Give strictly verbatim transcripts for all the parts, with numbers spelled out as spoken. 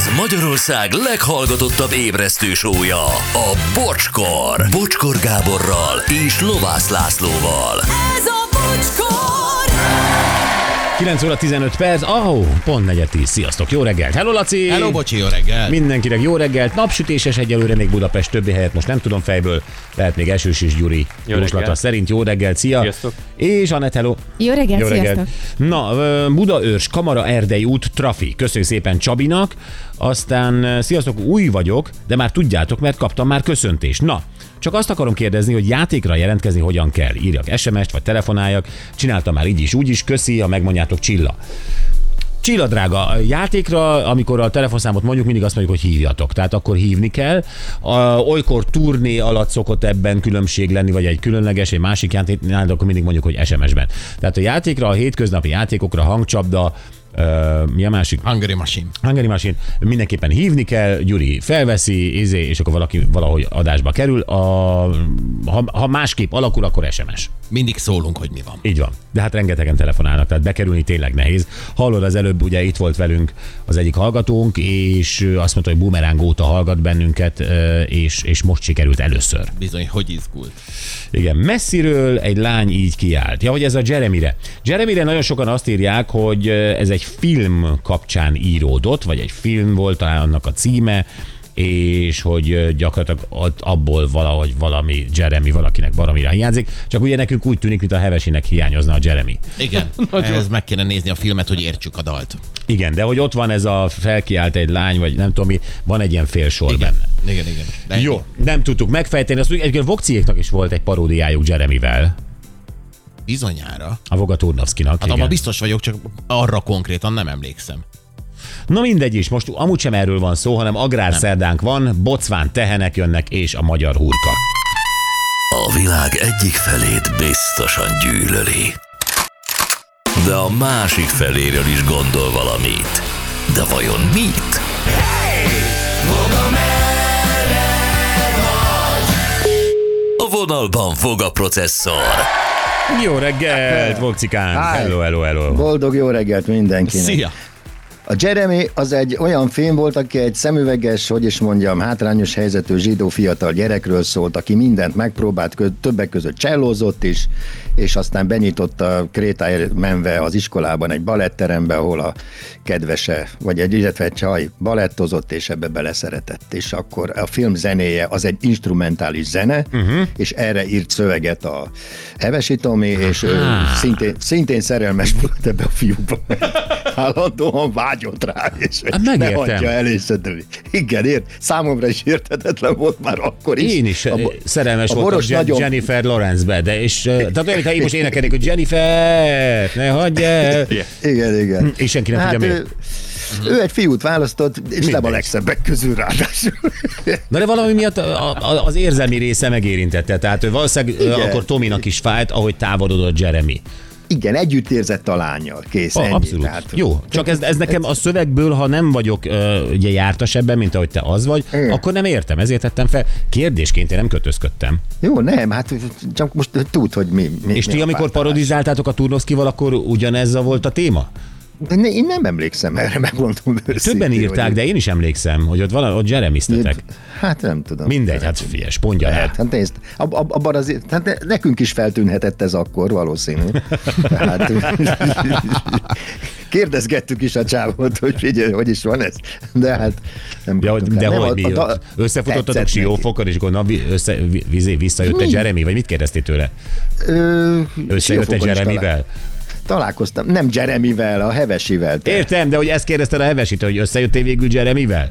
Ez Magyarország leghallgatottabb ébresztő show-ja, a Bocskor. Bocskor Gáborral és Lovász Lászlóval. Ez a Bocskor! kilenc óra tizenöt perc, ahó, pont negyed tíz. Sziasztok, jó reggelt! Hello, Laci! Hello, bocsi, jó reggelt! Mindenkinek jó reggelt, napsütéses egyelőre még Budapest többi helyet, most nem tudom fejből, lehet még esős is Gyuri jóslata szerint. Jó reggelt, szia! Sziasztok. És Anett, hello! Jó reggelt, jó reggelt. sziasztok! Na, Budaörs, Kamara Erdei út, trafi. Köszönjük szépen Csabinak, aztán sziasztok, új vagyok, de már tudjátok, mert kaptam már köszöntést. Na, csak azt akarom kérdezni, hogy játékra jelentkezni hogyan kell. Írjak es em est, vagy telefonáljak. Csináltam már így is, úgy is. Köszi, ha megmondjátok, Csilla. Csilla, drága, játékra, amikor a telefonszámot mondjuk, mindig azt mondjuk, hogy hívjatok. Tehát akkor hívni kell. A, olykor turné alatt szokott ebben különbség lenni, vagy egy különleges, egy másik játéknál, de akkor mindig mondjuk, hogy es em esben. Tehát a játékra, a hétköznapi játékokra, hangcsapda, Uh, mi a másik? Hungary Machine. Hungary Machine. Mindenképpen hívni kell, Gyuri felveszi, izé, és akkor valaki valahogy adásba kerül. A, ha, ha másképp alakul, akkor es em es. Mindig szólunk, hogy mi van. Így van. De hát rengetegen telefonálnak, tehát bekerülni tényleg nehéz. Hallod, az előbb ugye itt volt velünk az egyik hallgatónk, és azt mondta, hogy Boomerang óta hallgat bennünket, és, és most sikerült először. Bizony, hogy izgult. Igen, messziről egy lány így kiállt. Ja, hogy ez a Jeremyre. Jeremyre nagyon sokan azt írják, hogy ez egy film kapcsán íródott, vagy egy film volt talán annak a címe, és hogy gyakorlatilag abból valahogy valami Jeremy valakinek valamire hiányzik, csak ugye nekünk úgy tűnik, mint a Hevesinek hiányozna a Jeremy. Igen, ehhez meg kéne nézni a filmet, hogy értsük a dalt. Igen, de hogy ott van ez a felkiált egy lány, vagy nem tudom mi, van egy ilyen félsor igen. benne. Igen, igen. De jó, nem tudtuk megfejteni, azt egyébként Vokciéknak is volt egy paródiájuk Jeremyvel. Bizonyára. A Voga Turnovszkinak. Hát abban biztos vagyok, csak arra konkrétan nem emlékszem. Na mindegy is, most amúgy sem erről van szó, hanem agrárszerdánk van, bocván tehenek jönnek és a magyar hurka. A világ egyik felét biztosan gyűlöli, de a másik feléről is gondol valamit. De vajon mit? A vonalban fog a processzor. Jó reggelt, Vokcikán! Hello, hello, hello! Boldog jó reggelt mindenkinek! Szia! A Jeremy az egy olyan film volt, aki egy szemüveges, hogy is mondjam, hátrányos helyzetű zsidó fiatal gyerekről szólt, aki mindent megpróbált, többek között csellózott is, és aztán benyitotta Krétáért menve az iskolában egy baletterembe, ahol a kedvese, vagy egy, illetve egy csaj balettozott, és ebbe beleszeretett. És akkor a film zenéje az egy instrumentális zene, uh-huh. és erre írt szöveget a Hevesi Tomi, és ő szintén, szintén szerelmes volt ebbe a fiúba. Állandóan vágyott rá, és hát ne hagyja el, és igen, ért, számomra is érthetetlen volt már akkor is. Én is a, szerelmes a voltam Je- nagyon... Jennifer Lawrence-be, de és, tehát olyan, ha én most énekelnék, hogy Jennifer, ne hagyj el. Igen, igen. És senki nem hát tudja ő, ő egy fiút választott, és mindegy. nem a legszebbek közül ráadásul. Na de valami miatt a, a, az érzelmi része megérintette, tehát valószínűleg igen. Akkor Tominak is fájt, ahogy távolodott Jeremy. Igen, együtt érzett a lányjal, kész, ah, ennyi. Abszolút. Tehát, jó, csak ez, ez nekem a szövegből, ha nem vagyok uh, ugye jártas ebben, mint ahogy te az vagy, igen. akkor nem értem, ezért tettem fel. Kérdésként én nem kötözködtem. Jó, nem, hát csak most tud, hogy mi. mi És mi ti, amikor parodizáltátok a Turnovszkival, akkor ugyanez volt a téma? De ne, én nem emlékszem erre, megmondom őszintén. Többen írták, hogy... de én is emlékszem, hogy ott, vala, ott Jeremyztetek. Hát nem tudom. Mindegy, hát figyelj, pontja lehet. Hát nézd, ab, ab, abban azért, hát nekünk is feltűnhetett ez akkor valószínű. Tehát, kérdezgettük is a csávot, hogy figyelj, hogy is van ez. De hát nem ja, tudtuk. De nem, hogy a, mi? a, összefutottatok Siófokon, és akkor na, össze, vizé, visszajött egy Jeremy, vagy mit kérdeztél tőle? Ö, összejött egy Jeremyvel? Találkoztam, nem Jeremyvel, a Hevesivel. Te. Értem, de hogy ezt kérdezted a Hevesitől, hogy összejöttél végül Jeremyvel?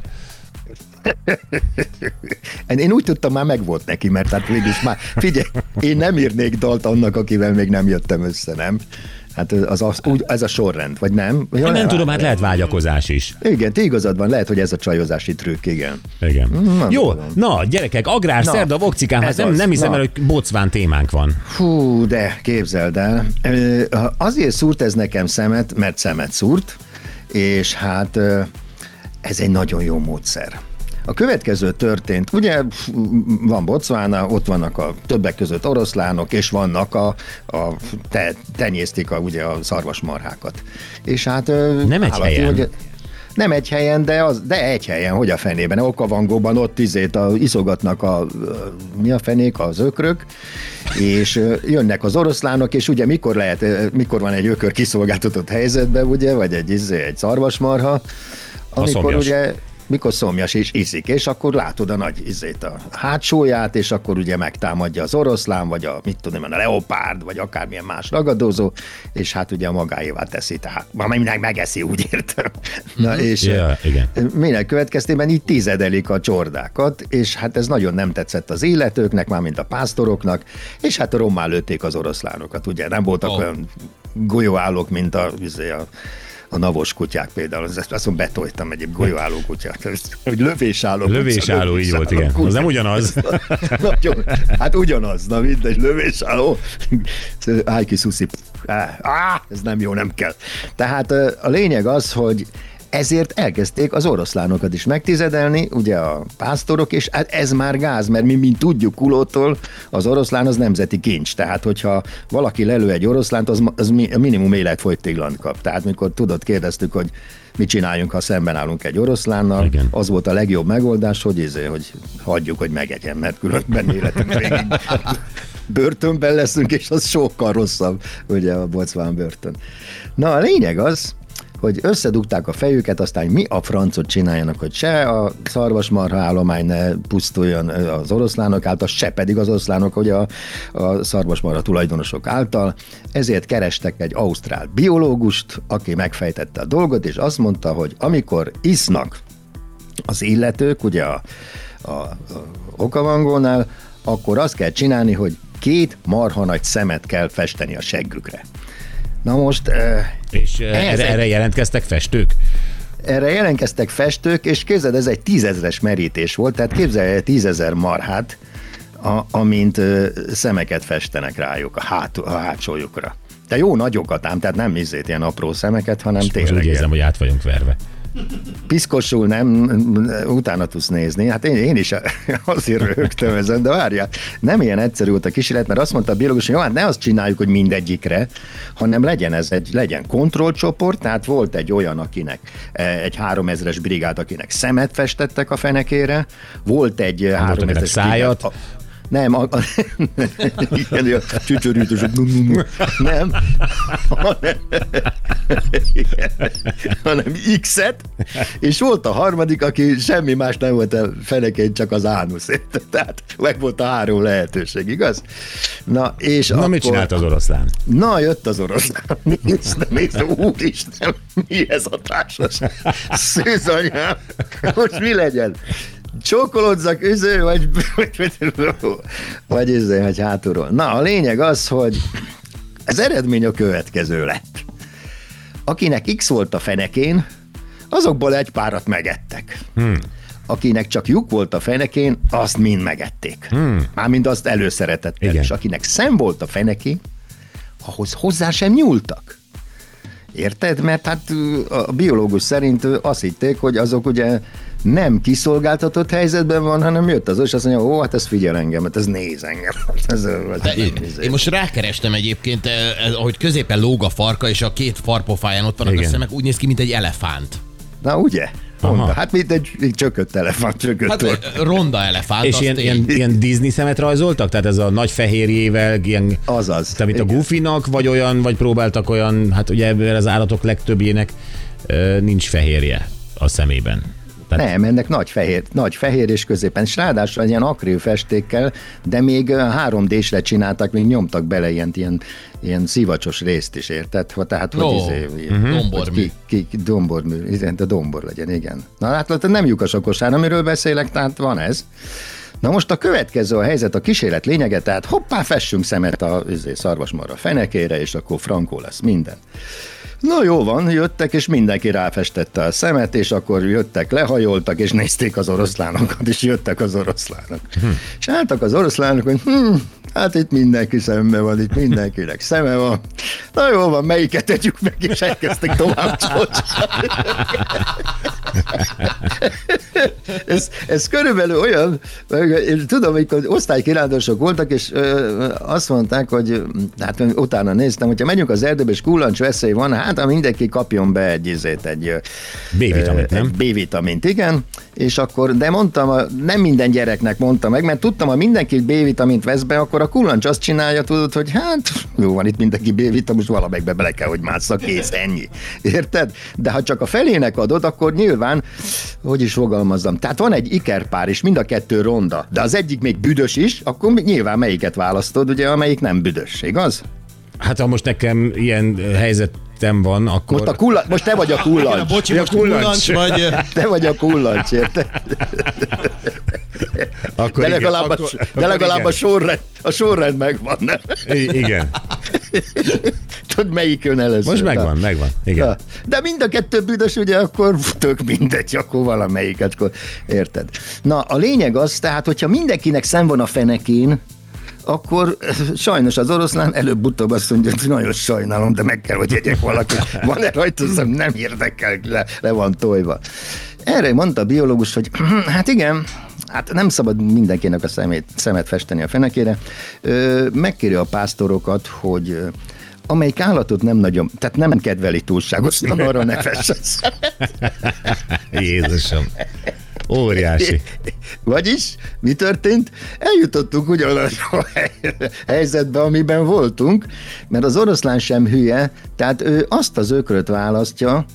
Én úgy tudtam, már megvolt neki, mert hát végülis már, figyelj, én nem írnék dalt annak, akivel még nem jöttem össze, nem? Hát az, az, úgy, ez a sorrend, vagy nem? Én nem tudom, hát lehet vágyakozás is. Igen, te igazad van, lehet, hogy ez a csajozási trükk, igen. Igen. Nem Jó, tudom. na gyerekek, agrár, na, szerda, Vokcikám, hát nem, nem hiszem el, hogy bocván témánk van. Fú, de képzeld el. Azért szúrt ez nekem szemet, mert szemet szúrt, és hát ez egy nagyon jó módszer. A következő történt, ugye van Botswana, ott vannak a többek között oroszlánok, és vannak a, a te, tenyésztik a, ugye a szarvasmarhákat. És hát nem egy állati, helyen. Ugye, Nem egy helyen, de, az, de egy helyen, hogy a fenében. Okavangóban ott izét a, iszogatnak a, mi a fenék, az ökrök, és jönnek az oroszlánok, és ugye mikor lehet, mikor van egy ökör kiszolgáltatott helyzetben, ugye, vagy egy, izé, egy szarvasmarha, amikor ugye mikor szomjas és iszik, és akkor látod a nagy izét, a hátsóját, és akkor ugye megtámadja az oroszlán, vagy a, mit tudom, a leopárd, vagy akármilyen más ragadozó, és hát ugye a magáévá teszi, tehát ma mindenki megeszi, úgy értem. Na és ja, igen. Minek következtében így tizedelik a csordákat, és hát ez nagyon nem tetszett az illetőknek, mármint a pásztoroknak, és hát rommá lőtték az oroszlánokat, ugye nem voltak oh. olyan golyóállók, mint a, a a navos kutyák például, ezt azt mondom, betoltam egyéb golyóálló kutyát, hogy lövésálló. Lövésálló, így volt, igen. Az nem ugyanaz. Nagyon, hát ugyanaz, na mindegy, lövésálló. Állj ki, szuszi. Á, ez nem jó, nem kell. Tehát a lényeg az, hogy ezért elkezdték az oroszlánokat is megtizedelni, ugye a pásztorok, és hát ez már gáz, mert mi, mint tudjuk Kulótól, az oroszlán az nemzeti kincs. Tehát, hogyha valaki lelő egy oroszlánt, az, az minimum életfogytiglant kap. Tehát, mikor tudod, kérdeztük, hogy mit csináljunk, ha szemben állunk egy oroszlánnal, igen. Az volt a legjobb megoldás, hogy, izé, hogy hagyjuk, hogy megegyen, mert különben életünk végig börtönben leszünk, és az sokkal rosszabb, ugye a bocván börtön. Na, a lényeg az, hogy összedugták a fejüket, aztán mi a francot csináljanak, hogy se a szarvasmarha állomány ne pusztuljon az oroszlánok által, se pedig az oroszlánok, hogy a, a szarvasmarha tulajdonosok által. Ezért kerestek egy ausztrál biológust, aki megfejtette a dolgot, és azt mondta, hogy amikor isznak az illetők, ugye a, a, a Okavangónál, akkor azt kell csinálni, hogy két marha nagy szemet kell festeni a seggükre. Na most... És erre, erre jelentkeztek festők? Erre jelentkeztek festők, és képzeld, ez egy tízezres merítés volt, tehát képzelj tízezer marhát, a, amint ö, szemeket festenek rájuk, a, hát, a hátsójukra. De jó nagyokat ám, tehát nem izzét ilyen apró szemeket, hanem és tényleg. Most úgy érzem, hogy át vagyunk verve. Piszkosul nem, utána tudsz nézni. Hát én, én is azért rögtem ezen, de várjál, nem ilyen egyszerű volt a kísérlet, mert azt mondta a biológus, hogy jó, hát ne azt csináljuk, hogy mindegyikre, hanem legyen ez egy, legyen kontrollcsoport, tehát volt egy olyan, akinek egy háromezres brigád, akinek szemet festettek a fenekére, volt egy háromezres szájat, brigád, nem, a, a, igen, a csücsörűtös, nem, hanem, igen, hanem X-et, és volt a harmadik, aki semmi más nem volt a fenekén, csak az ánusz. Tehát meg volt a három lehetőség, igaz? Na, és Na akkor, mit csinált az oroszlán? Na, jött az oroszlán. Nézd, nézd, úristen, mi ez a társas? Szűzanyám, most mi legyen? Csókolódzak, üző, vagy, vagy üző, vagy hátulról. Na, a lényeg az, hogy az eredmény a következő lett. Akinek X volt a fenekén, azokból egy párat megettek. Hmm. Akinek csak lyuk volt a fenekén, azt mind megették. Hmm. Mármint azt előszeretettel. És akinek szem volt a fenekén, ahhoz hozzá sem nyúltak. Érted? Mert hát a biológus szerint azt hitték, hogy azok ugye nem kiszolgáltatott helyzetben van, hanem jött az, és azt mondja, ó, hát ez figyel engem, hát ez néz engem. Ez, ez én, én most rákerestem egyébként, ahogy középen lóg a farka, és a két farpofáján ott vannak igen. a szemek, úgy néz ki, mint egy elefánt. Na ugye? Ronda. Hát mint egy, egy csökött elefánt, csökött hát, volt. Ronda elefánt. És ilyen, ilyen, ilyen Disney szemet rajzoltak? Tehát ez a nagy fehérjével, ilyen, azaz. Tehát mint a Goofy-nak, vagy olyan, vagy próbáltak olyan, hát ugye az állatok legtöbbjének uh, nincs fehérje a szemében. Tehát... Nem, ennek nagy fehér, nagy fehér és középen, és ráadásul ilyen akril festékkel, de még három désre csináltak, még nyomtak bele ilyen, ilyen, ilyen szivacsos részt is, érted? Tehát, hogy oh, izé, uh-huh. dombormű. Ki, ki, ki, dombormű, igen, de dombor legyen, igen. Na hát nem lyukas a kosár, amiről beszélek, tehát van ez. Na most a következő a helyzet, a kísérlet lényege, tehát hoppá, fessünk szemet a izé, szarvasmarha fenekére, és akkor frankó lesz minden. Na jó van, jöttek, és mindenki ráfestette a szemet, és akkor jöttek, lehajoltak, és nézték az oroszlánokat, és jöttek az oroszlánok. Hm. És álltak az oroszlánok, hogy hm, hát itt mindenki szembe van, itt mindenkinek szeme van. Na jó van, melyiket tegyük meg, és elkezdtek tovább csocsálni. ez, ez körülbelül olyan, én tudom, amikor osztálykirándosok voltak, és ö, azt mondták, hogy hát utána néztem, hogyha megyünk az erdőbe, és kullancs veszély van, hát mindenki kapjon be egy izét, egy B-vitamint, nem? B-vitamint, igen, és akkor, de mondtam, nem minden gyereknek mondta meg, mert tudtam, ha mindenki B-vitamint vesz be, akkor a kullancs azt csinálja, tudod, hogy hát jó van, itt mindenki B-vitamin, most valamelyikbe bele kell, hogy mássza, kész, ennyi. Érted? De ha csak a felének adod, akkor nyilván, hogy is fogalmazzam, tehát van egy ikerpár is, mind a kettő ronda, de az egyik még büdös is, akkor nyilván melyiket választod, ugye, amelyik nem büdös, igaz? Hát ha most nekem ilyen helyzetem van, akkor... Most, a kulla, most te vagy a kullancs. A bocsi, Ja, most kullancs. kullancs vagy... Te vagy a kullancs, érted? Akkor De igen, legalább, akkor, a, de legalább igen. a, sorrend, a sorrend megvan, nem? I- igen. Tudod, melyik jön először? Most megvan, Na. megvan. Igen. Na. De mind a kettő büdös, ugye, akkor tök mindegy, akkor valamelyiket, akkor érted? Na, a lényeg az, tehát, hogyha mindenkinek szem van a fenekén, akkor sajnos az oroszlán előbb-utóbb azt mondja, hogy nagyon sajnálom, de meg kell, hogy jegyek valaki. Van-e rajta, szem, nem érdekel, le, le van tojva. Erre mondta a biológus, hogy hát igen, hát nem szabad mindenkinek a szemét, szemet festeni a fenekére. Ö, megkéri a pásztorokat, hogy amelyik állatot nem nagyon, tehát nem kedveli túlságosan, arra ne fess a szemet. Jézusom. Óriási. Vagyis, mi történt? Eljutottunk ugyanaz a helyzetbe, amiben voltunk, mert az oroszlán sem hülye, tehát ő azt az ökröt választja,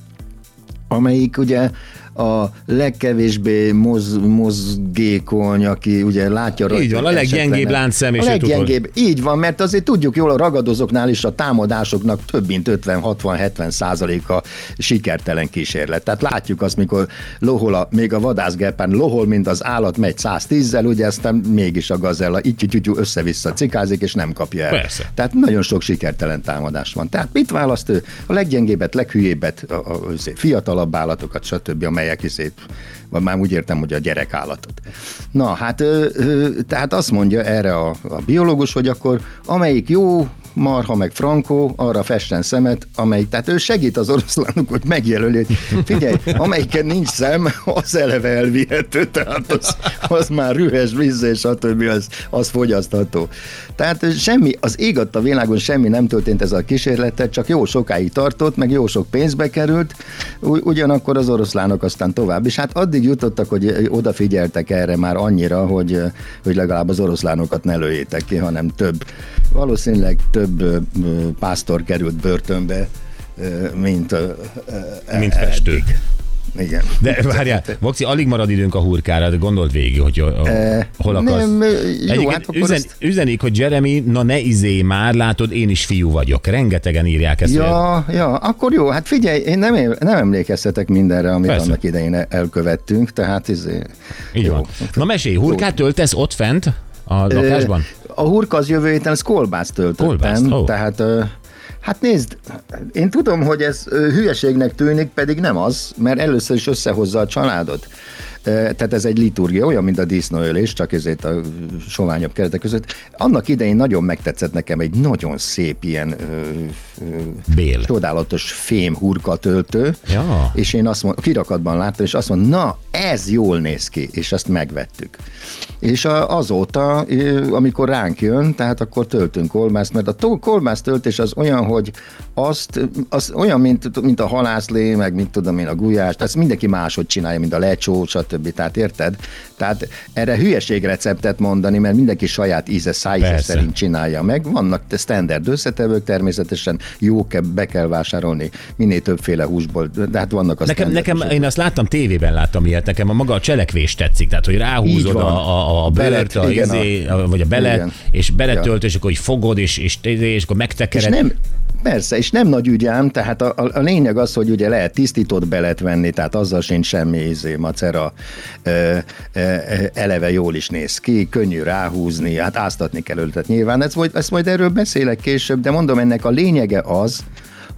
amelyik ugye a legkevésbé moz, mozgékony, aki ugye látja rajta. Így van, a leggyengébb esetlen- láncszem, és A ő tud, leggyengébb, így van, mert azért tudjuk jól, a ragadozóknál is a támadásoknak több mint ötven-hatvan-hetven százaléka sikertelen kísérlet. Tehát látjuk azt, mikor lohol, a, még a vadászgerpán lohol, mint az állat, megy száztízzel, ugye aztán mégis a gazella így össze-vissza cikázik, és nem kapja el. Persze. Tehát nagyon sok sikertelen támadás van. Tehát mit választ ő? A leggyengebbet, leghülyébbet, a, a, a fiatalabb állatokat, stb., amelyek izét, vagy már úgy értem, hogy a gyerekállatot. Na, hát ö, ö, tehát azt mondja erre a, a biológus, hogy akkor amelyik jó marha meg frankó, arra fessen szemet, amelyik, tehát ő segít az oroszlánok, hogy megjelöli, hogy figyelj, amelyiken nincs szem, az eleve elvihető, tehát az, az már rühes víz, és stb. Az, az fogyasztható. Tehát semmi, az ég adta világon semmi nem történt ez a kísérletet, csak jó sokáig tartott, meg jó sok pénzbe került, ugyanakkor az oroszlánok aztán tovább, és hát addig jutottak, hogy odafigyeltek erre már annyira, hogy, hogy legalább az oroszlánokat ne lőjétek ki, hanem több, valószínűleg több ö, ö, pásztor került börtönbe, ö, mint, ö, ö, mint festő. eddig. Igen. De várjál, Voxi, alig marad időnk a hurkára, de gondold végig, hogy a, a, E, hol akarsz. nem, jó, Egyébként hát akkor üzen, ezt- üzenik, hogy Jeremy, na ne izé már, látod, én is fiú vagyok. Rengetegen írják ezt. hogy- Ja, ja, akkor jó, hát figyelj, én nem, nem emlékeztetek mindenre, amit Persze. annak idején elkövettünk, tehát izé, Így jó. van. Na mesélj, hurkát töltesz ott fent a lakásban? A hurka az jövő héten, ez kolbászt töltöttem, Kolbászt, ó. tehát ö, hát nézd, én tudom, hogy ez ö, hülyeségnek tűnik, pedig nem az, mert először is összehozza a családot. Ö, Tehát ez egy liturgia, olyan, mint a disznóölés, csak ezért a soványabb keretek között. Annak idején nagyon megtetszett nekem egy nagyon szép ilyen ö, ö, Bél. csodálatos fém hurka töltő, Ja. és én azt mondom, kirakatban láttam, és azt mondom, na, ez jól néz ki, és azt megvettük. És a, azóta, ö, amikor ránk jön, tehát akkor töltünk kolbászt, mert a to- kolbász töltés az olyan, hogy azt, az olyan, mint, mint a halászlé, meg mint tudom én, a gulyás, tehát ezt mindenki máshogy csinálja, mint a lecsó, stb. Tehát érted? Tehát erre hülyeség receptet mondani, mert mindenki saját íze, szájíze Persze. szerint csinálja meg. Vannak standard összetevők, természetesen jó, kell, be kell vásárolni minél többféle húsból, de hát vannak a Nekem, standard nekem húsok. én azt láttam, tévében láttam ilyet, nekem a maga a cselekvés tetszik, tehát hogy ráhúzod Így van. a, a, a belet, a, Igen, izé, a- a, vagy a belet, igen. és beletölt, Ja. és akkor így fogod, és, és, és akkor És megtekered. nem, persze, és nem nagy ügyám, tehát a, a, a lényeg az, hogy ugye lehet tisztított belet venni, tehát azzal sincs semmi izé, macera, ö, ö, ö, eleve jól is néz ki, könnyű ráhúzni, hát áztatni kell őt, tehát nyilván, ezt majd, ezt majd erről beszélek később, de mondom, ennek a lényege az,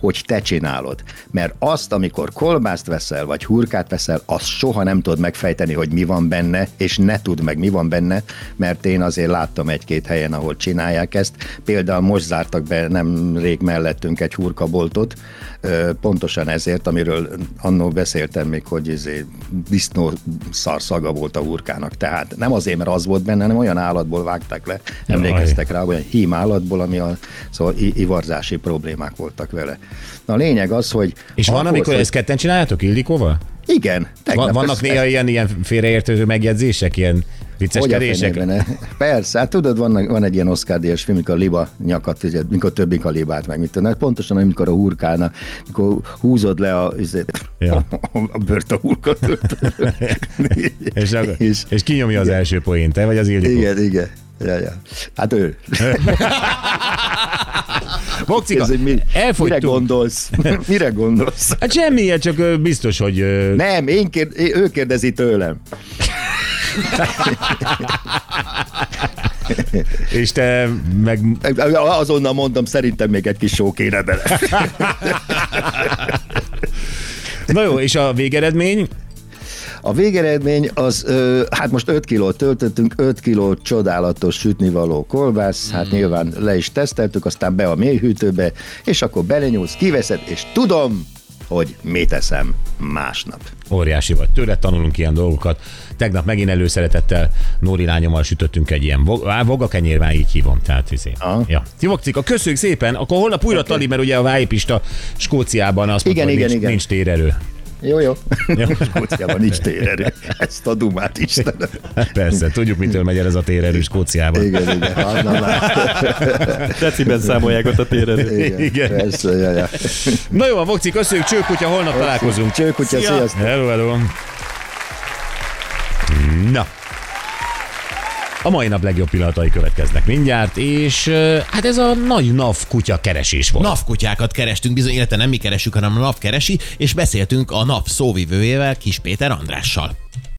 hogy te csinálod. Mert azt, amikor kolbászt veszel, vagy hurkát veszel, azt soha nem tudod megfejteni, hogy mi van benne, és ne tudd meg, mi van benne, mert én azért láttam egy-két helyen, ahol csinálják ezt. Például most zártak be nem rég mellettünk egy hurkaboltot, pontosan ezért, amiről annól beszéltem még, hogy izé, disznó szarszaga volt a hurkának. Tehát nem azért, mert az volt benne, hanem olyan állatból vágták le, emlékeztek rá, olyan hím állatból, ami a szóval ivarzási problémák voltak vele. Na a lényeg az, hogy... És van, ahhoz, amikor hogy... ezt ketten csináljátok, Ildikóval? Igen. Va- vannak ezt, néha ilyen, ilyen félreértő megjegyzések, ilyen vicceskedések? Persze, hát tudod, van, van egy ilyen Oscar-díjas film, mikor a liba nyakat, mikor többik a libát meg, mit tudom. Pontosan, amikor a hurkána, mikor húzod le a, ja. a bőrt a hurkot. és, és, és ki nyomja az első poént, te vagy az Ildikó? Igen, igen. Ja, ja. Hát ő. Bokcika, mi, elfogytunk. Mire gondolsz? Mire gondolsz? Hát semmi, csak biztos, hogy... Nem, én kérd, ő kérdezi tőlem. És te meg... Azonnal mondom, szerintem még egy kis só kéne bele. Na jó, és a végeredmény? A végeredmény az, ö, hát most öt kilót töltöttünk, öt kiló csodálatos sütnivaló kolbász, hát mm. nyilván le is teszteltük, aztán be a mélyhűtőbe, és akkor belenyúlsz, kiveszed, és tudom, hogy mit eszem másnap. Óriási vagy. Tőled tanulunk ilyen dolgokat. Tegnap megint előszeretettel Nóri lányommal sütöttünk egy ilyen voga kenyér, már így hívom. Tehát izé. Ja. Tibokcika, köszönjük szépen. Akkor holnap újra okay. Tali, mert ugye a vájpista Skóciában azt mondta, hogy nincs, nincs térerő. Jó, jó. Skóciában nincs térerő. Ezt a dumát Istenem. Persze, tudjuk, mitől megy el ez a térerő Skóciában. Igen, igen. Deciben számolják ott a térerő. Igen, igen. Persze, jaj, jaj. Na jó, Vokci, köszönjük, Csőkutya, holnap találkozunk. Csőkutya, sziasztok. Hello, hello. Na. A mai nap legjobb pillanatai következnek mindjárt, és hát ez a nagy NAV kutya keresés volt. NAV kutyákat kerestünk, bizony, illetve nem mi keresünk, hanem a NAV keresi, és beszéltünk a NAV szóvivőjével, Kis Péter Andrással.